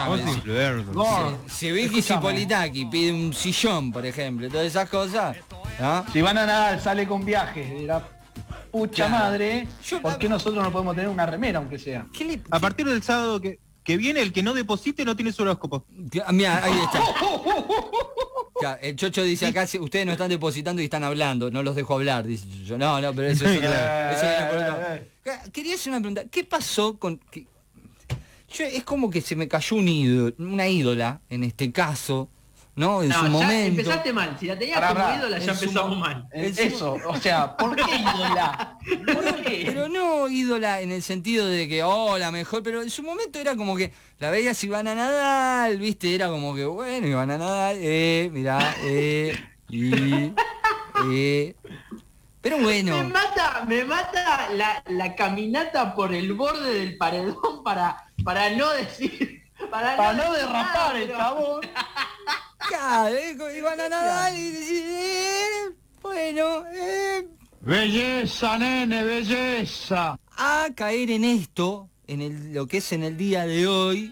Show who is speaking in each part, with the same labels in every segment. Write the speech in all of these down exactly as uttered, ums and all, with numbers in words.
Speaker 1: escuchame.
Speaker 2: Vos influencer.
Speaker 3: No,
Speaker 1: Si, si Vicky
Speaker 3: escuchame.
Speaker 1: Cipolitaki pide un sillón, por ejemplo, todas esas cosas, ¿no?
Speaker 3: Si van a nadar, sale con viajes de la pucha
Speaker 1: Claro.
Speaker 3: madre,
Speaker 1: Yo-
Speaker 3: ¿por qué nosotros no podemos tener una remera, aunque sea?
Speaker 1: ¿Qué le...
Speaker 2: A partir del sábado que, que viene, el que no deposite no tiene su horóscopo.
Speaker 1: Ah, Mira, ahí está. Ya, el Chocho dice acá, si ustedes no están depositando y están hablando, no los dejo hablar, dice Chocho. No, no, pero eso es otra- eso viene por otro lado. Quería hacer una pregunta, ¿qué pasó con...? que- yo, es como que se me cayó un ídolo, una ídola, en este caso, ¿no? En
Speaker 4: No,
Speaker 1: su
Speaker 4: ya
Speaker 1: momento.
Speaker 4: empezaste mal. Si la tenías
Speaker 3: Pará,
Speaker 4: como
Speaker 3: pará,
Speaker 4: ídola, ya
Speaker 1: en su
Speaker 4: empezamos
Speaker 1: mo-
Speaker 4: mal.
Speaker 3: Eh,
Speaker 1: Es-
Speaker 3: Eso, o sea, ¿por qué ídola? ¿Por qué?
Speaker 1: Pero no ídola en el sentido de que, oh, la mejor, pero en su momento era como que la veías Ivana Nadal, viste, era como que, bueno, Ivana Nadal, eh, mirá, eh, y, eh. Pero
Speaker 4: Me
Speaker 1: bueno,
Speaker 4: mata, me mata la, la caminata por el borde del paredón para, para no decir... Para,
Speaker 3: Para no
Speaker 4: decir
Speaker 3: derrapar
Speaker 4: nada,
Speaker 3: el
Speaker 4: pero-
Speaker 3: chabón.
Speaker 1: claro, eh, con Ivana Nadal, y decís, eh, bueno, eh,
Speaker 3: Belleza, nene, belleza.
Speaker 1: a caer en esto, en el, lo que es en el día de hoy,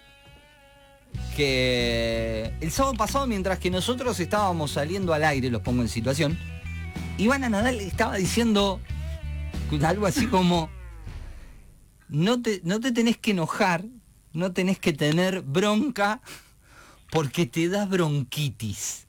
Speaker 1: que el sábado pasado, mientras que nosotros estábamos saliendo al aire, los pongo en situación, Ivana Nadal estaba diciendo algo así como, no te, no te tenés que enojar, no tenés que tener bronca, porque te da bronquitis.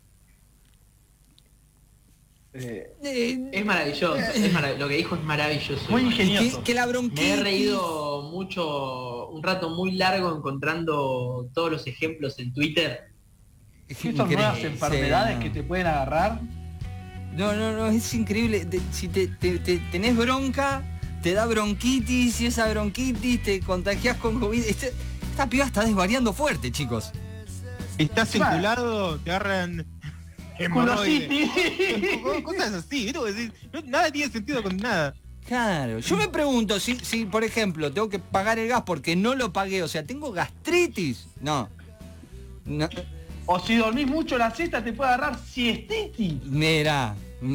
Speaker 3: Eh,
Speaker 1: Eh,
Speaker 4: Es maravilloso, es marav- lo que dijo es maravilloso.
Speaker 3: Muy
Speaker 1: que,
Speaker 3: ingenioso.
Speaker 1: que la bronquitis...
Speaker 4: Me he reído mucho, un rato muy largo encontrando todos los ejemplos en Twitter.
Speaker 3: Estas nuevas
Speaker 1: Increíble,
Speaker 3: enfermedades
Speaker 1: sí,
Speaker 3: que te pueden agarrar.
Speaker 1: No, no, no, es increíble. De- si te, te- te- tenés bronca, te da bronquitis y esa bronquitis te contagias con COVID. Este- esta piba está desvariando fuerte, chicos.
Speaker 2: Estás
Speaker 3: Claro.
Speaker 2: enculado, te agarran hemorroides.
Speaker 3: Culosity.
Speaker 2: Cosas así, ¿viste? Vos decís, no- nada tiene sentido con nada.
Speaker 1: Claro. Yo me pregunto si, si, por ejemplo, tengo que pagar el gas porque no lo pagué. O sea, tengo gastritis. No. No.
Speaker 3: O si dormís mucho la siesta te puede agarrar siestitis.
Speaker 1: Mira.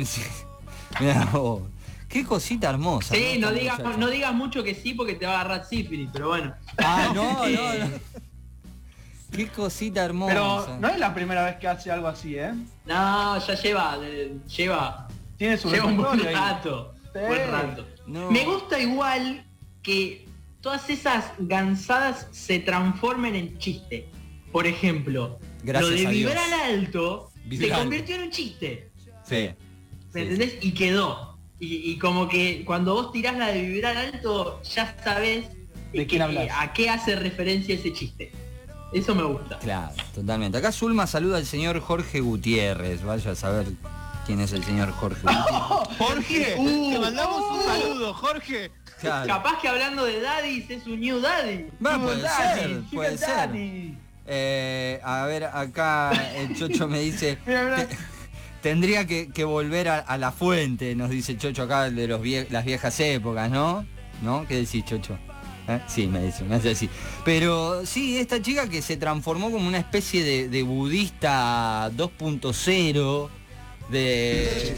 Speaker 1: Mira vos. Qué cosita hermosa.
Speaker 4: Sí, no
Speaker 1: Esta
Speaker 4: digas,
Speaker 1: muchacha.
Speaker 4: no digas mucho que sí porque te va a agarrar sífilis, pero bueno.
Speaker 1: Ah, no, no,
Speaker 4: Eh,
Speaker 1: no. Qué cosita hermosa.
Speaker 3: Pero no es la primera vez que hace algo así, ¿eh?
Speaker 4: No, ya lleva, eh, lleva,
Speaker 3: Tiene su
Speaker 4: lleva un buen
Speaker 3: repertorio ahí.
Speaker 4: rato.
Speaker 3: Sí.
Speaker 4: Buen rato.
Speaker 1: No.
Speaker 4: Me gusta igual que todas esas gansadas se transformen en chiste. Por ejemplo,
Speaker 1: Gracias
Speaker 4: lo de
Speaker 1: a Dios.
Speaker 4: vibrar alto
Speaker 1: Vibrar.
Speaker 4: se convirtió en un chiste.
Speaker 1: Sí.
Speaker 4: ¿Me entendés? Y quedó. Y, y como que cuando vos tirás la de vibrar alto, ya sabés
Speaker 3: ¿De quién hablas?
Speaker 4: a qué hace referencia ese chiste. Eso me gusta.
Speaker 1: Claro, totalmente. Acá Zulma saluda al señor Jorge Gutiérrez. Vaya a saber quién es el señor Jorge Gutiérrez.
Speaker 2: Jorge,
Speaker 4: Uh,
Speaker 2: te mandamos un
Speaker 4: uh.
Speaker 2: saludo, Jorge.
Speaker 1: Claro.
Speaker 4: Capaz que hablando de daddies es un new daddy.
Speaker 1: Va,
Speaker 3: Sugar
Speaker 1: puede
Speaker 3: daddy,
Speaker 1: ser,
Speaker 3: sugar
Speaker 1: puede ser.
Speaker 3: daddy.
Speaker 1: Eh, a ver, acá el Chocho me dice...
Speaker 3: Mira, mira.
Speaker 1: te- tendría que, que volver a, a la fuente, nos dice Chocho acá, de los vie- las viejas épocas, ¿no? ¿No? ¿Qué decís, Chocho? ¿Eh? Sí, me dice, me hace así. Pero sí, esta chica que se transformó como una especie de, de budista dos punto cero, de...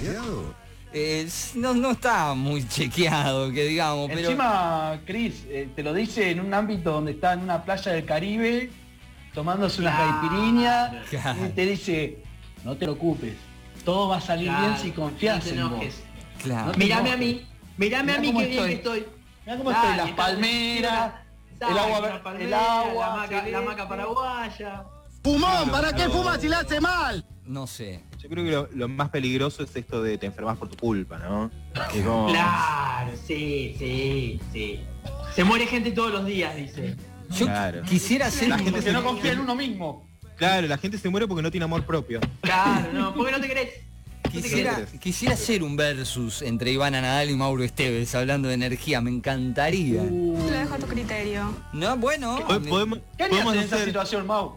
Speaker 1: Eh, no, no está muy chequeado, que digamos, pero...
Speaker 3: Encima, Chris, eh, te lo dice en un ámbito donde está en una playa del Caribe, tomándose unas
Speaker 4: Claro.
Speaker 3: caipiriñas,
Speaker 1: Claro.
Speaker 3: y te dice, no te preocupes, todo va a salir
Speaker 4: Claro,
Speaker 3: bien si confías
Speaker 4: no te
Speaker 3: en vos.
Speaker 4: enojes.
Speaker 1: Claro.
Speaker 3: No te
Speaker 4: Mirame a
Speaker 3: enojes.
Speaker 4: mí, mirame
Speaker 3: Mirá
Speaker 4: a mí
Speaker 3: cómo
Speaker 4: que bien
Speaker 3: estoy.
Speaker 4: que estoy.
Speaker 3: Mirá cómo
Speaker 4: Dale,
Speaker 3: estoy, las
Speaker 4: está-
Speaker 3: palmeras,
Speaker 4: Dale,
Speaker 3: el agua,
Speaker 4: una
Speaker 3: el
Speaker 4: palmera,
Speaker 3: agua,
Speaker 4: la maca, la
Speaker 3: celeste.
Speaker 4: maca paraguaya.
Speaker 2: Pumón, ¿para qué fumas si la hace mal?
Speaker 1: No sé.
Speaker 2: Yo creo que lo, lo más peligroso es esto de te enfermas por tu culpa, ¿no? Es como-
Speaker 4: Claro, sí, sí, sí. Se muere gente todos los días, dice.
Speaker 1: Yo
Speaker 2: Claro.
Speaker 1: quisiera hacer
Speaker 2: La
Speaker 1: un-
Speaker 2: gente
Speaker 3: Porque
Speaker 2: se-
Speaker 3: no confía en uno mismo.
Speaker 2: Claro, la gente se muere porque no tiene amor propio.
Speaker 4: Claro, no, ¿por qué no te crees?
Speaker 1: Quisiera, quisiera hacer un versus entre Ivana Nadal y Mauro Esteves hablando de energía, me encantaría.
Speaker 3: Uh,
Speaker 5: Lo dejo a tu criterio.
Speaker 1: No, bueno,
Speaker 2: Po- Podemos,
Speaker 3: ¿Qué harías
Speaker 2: podemos
Speaker 3: en esa
Speaker 2: hacer...
Speaker 3: situación, Mau?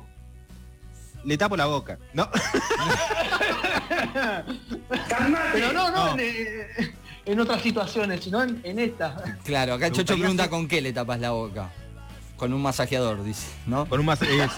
Speaker 2: Le tapo la boca. No.
Speaker 3: Pero no, no,
Speaker 2: No.
Speaker 3: En, eh, en otras situaciones, sino en, en esta.
Speaker 1: claro, acá
Speaker 2: Me
Speaker 1: Chocho
Speaker 2: gustaría
Speaker 1: pregunta
Speaker 2: hacer-
Speaker 1: con qué le tapas la boca. Con un masajeador, dice, ¿no?
Speaker 2: Con un más... eso.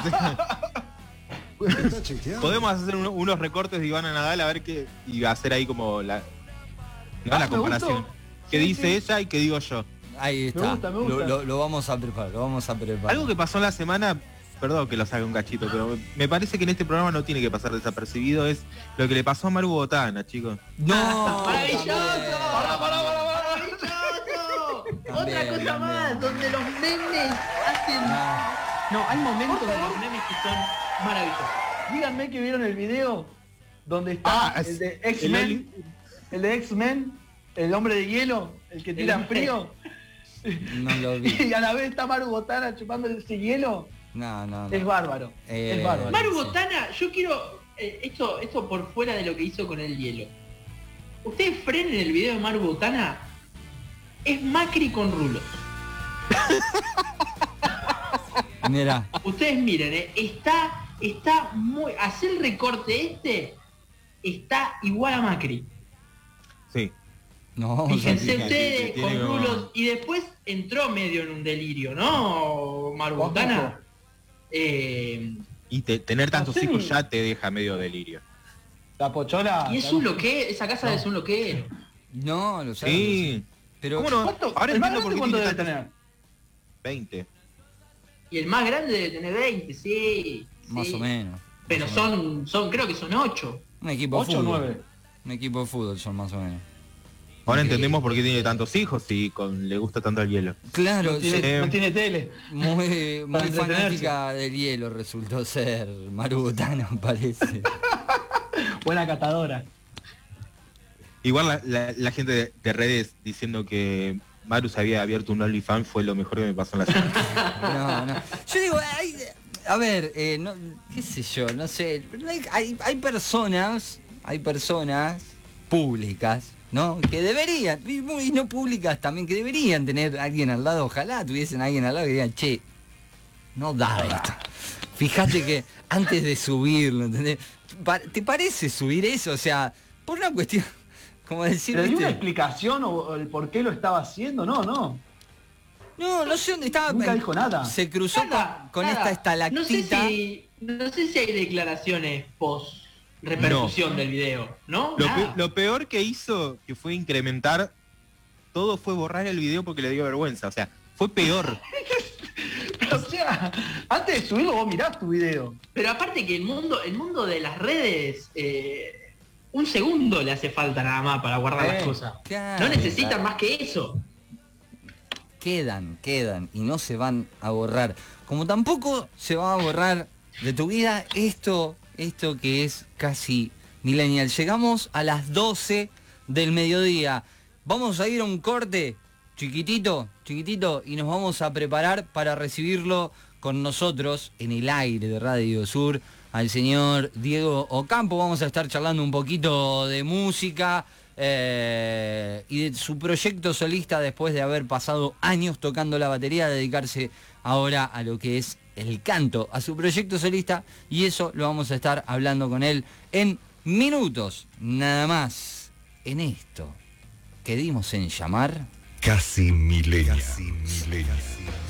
Speaker 2: Podemos hacer uno- unos recortes de Ivana Nadal a ver qué... Y hacer ahí como la... ¿no?
Speaker 3: Ah,
Speaker 2: la
Speaker 3: me
Speaker 2: comparación.
Speaker 3: gustó.
Speaker 2: ¿Qué
Speaker 3: Sí,
Speaker 2: dice
Speaker 3: sí.
Speaker 2: ella y qué digo yo?
Speaker 1: Ahí está.
Speaker 3: gusta, me gusta.
Speaker 1: Lo, lo- lo vamos a preparar, lo vamos a preparar.
Speaker 2: Algo que pasó en la semana perdón que lo saque un cachito, pero me, me parece que en este programa no tiene que pasar desapercibido, es lo que le pasó a Maru Botana, chicos.
Speaker 1: No,
Speaker 4: ¡Maravilloso!
Speaker 1: también.
Speaker 3: Pará, pará, pará, pará.
Speaker 4: ¡Maravilloso!
Speaker 1: También,
Speaker 4: Otra cosa
Speaker 1: también.
Speaker 4: más, donde los memes hacen... No, hay momentos de los memes que son maravillosos.
Speaker 3: Díganme que vieron el video donde está
Speaker 2: Ah,
Speaker 3: el de
Speaker 2: el
Speaker 3: X-Men,
Speaker 2: Oli.
Speaker 3: el de X-Men, el hombre de hielo, el que tira
Speaker 4: El-
Speaker 3: frío,
Speaker 1: No lo vi.
Speaker 3: y a la vez está Maru Botana chupando ese hielo.
Speaker 1: No, no,
Speaker 3: Es
Speaker 1: no.
Speaker 3: bárbaro,
Speaker 1: Eh,
Speaker 3: es bárbaro.
Speaker 4: Maru
Speaker 1: Sí.
Speaker 4: Botana, yo quiero... eh, esto, esto por fuera de lo que hizo con el hielo. Ustedes frenen el video de Maru Botana, es Macri con rulos.
Speaker 1: Mira,
Speaker 4: Ustedes miren, eh, está, está muy... Hacer el recorte este, está igual a Macri.
Speaker 2: Sí.
Speaker 1: no vamos a
Speaker 4: Fíjense
Speaker 1: fijar.
Speaker 4: ustedes
Speaker 2: tiene
Speaker 4: con
Speaker 2: como-
Speaker 4: rulos y después entró medio en un delirio, ¿no? Maru Botana. Eh,
Speaker 2: Y te- tener tantos
Speaker 3: No sé
Speaker 2: hijos
Speaker 3: ni-
Speaker 2: ya te deja medio delirio.
Speaker 3: La pochola.
Speaker 4: y es un loquero, esa casa es un loquero.
Speaker 1: No, lo sabes.
Speaker 2: Sí.
Speaker 1: Pero
Speaker 2: ¿Cómo no?
Speaker 3: ¿Cuánto?
Speaker 2: Ahora
Speaker 3: ¿El más
Speaker 2: entiendo por
Speaker 3: grande
Speaker 2: qué
Speaker 3: cuánto
Speaker 2: tiene
Speaker 3: debe
Speaker 2: tantos-
Speaker 3: tener?
Speaker 2: veinte.
Speaker 4: Y el más grande debe tener veinte, sí.
Speaker 1: más
Speaker 4: sí.
Speaker 1: o menos.
Speaker 4: Pero
Speaker 1: más o menos.
Speaker 4: son, son, creo que son ocho.
Speaker 1: Un equipo de
Speaker 3: ¿ocho o
Speaker 1: fútbol.
Speaker 3: nueve?
Speaker 1: Un equipo de fútbol son más o menos.
Speaker 2: Ahora
Speaker 1: Ok.
Speaker 2: entendemos por qué tiene tantos hijos y con, le gusta tanto el hielo.
Speaker 1: Claro,
Speaker 3: No tiene,
Speaker 2: sí.
Speaker 3: no tiene tele.
Speaker 1: muy, muy
Speaker 3: Para entretenerse.
Speaker 1: fanática del hielo resultó ser Maru Botana, parece.
Speaker 3: Buena catadora.
Speaker 2: Igual la, la- la gente de, de redes diciendo que Maru se había abierto un OnlyFans fue lo mejor que me pasó en la semana.
Speaker 1: No, no. Yo digo, hay- a ver, eh, no, qué sé yo, no sé. Hay, hay, hay personas, hay personas públicas, ¿no? Que deberían, y muy- y no públicas también, que deberían tener a alguien al lado, ojalá tuviesen a alguien al lado que digan, che, no da esto. Fíjate que antes de subirlo, ¿entendés? Pa- ¿Te parece subir eso? O sea, por una cuestión, como decir,
Speaker 3: ¿Le dio una
Speaker 1: ¿viste?
Speaker 3: explicación o, o el por qué lo estaba haciendo? No, no.
Speaker 1: No, no sé dónde estaba.
Speaker 3: Nunca dijo nada.
Speaker 1: Se cruzó
Speaker 4: Nada,
Speaker 1: con, con
Speaker 4: nada.
Speaker 1: esta
Speaker 4: No sé
Speaker 1: estalactita.
Speaker 4: si, no sé si hay declaraciones post repercusión del video, ¿no?
Speaker 2: Lo,
Speaker 4: Nada.
Speaker 2: pe- lo peor que hizo, que fue incrementar, todo fue borrar el video porque le dio vergüenza. O sea, fue peor.
Speaker 3: O sea, antes de subirlo vos mirás tu video.
Speaker 4: Pero aparte que el mundo, el mundo de las redes, eh, un segundo le hace falta nada más para guardar
Speaker 3: Eh,
Speaker 4: las cosas.
Speaker 1: claro,
Speaker 4: No necesitan
Speaker 1: claro.
Speaker 4: más que eso.
Speaker 1: Quedan, quedan y no se van a borrar. Como tampoco se va a borrar de tu vida esto, esto que es casi millennial. Llegamos a las doce del mediodía. Vamos a ir a un corte chiquitito, chiquitito, y nos vamos a preparar para recibirlo con nosotros en el aire de Radio Sur al señor Diego Ocampo. Vamos a estar charlando un poquito de música eh, y de su proyecto solista después de haber pasado años tocando la batería, dedicarse ahora a lo que es el canto, a su proyecto solista, y eso lo vamos a estar hablando con él en minutos, nada más, en esto que dimos en llamar...
Speaker 5: Casi milenial. Casi milenial.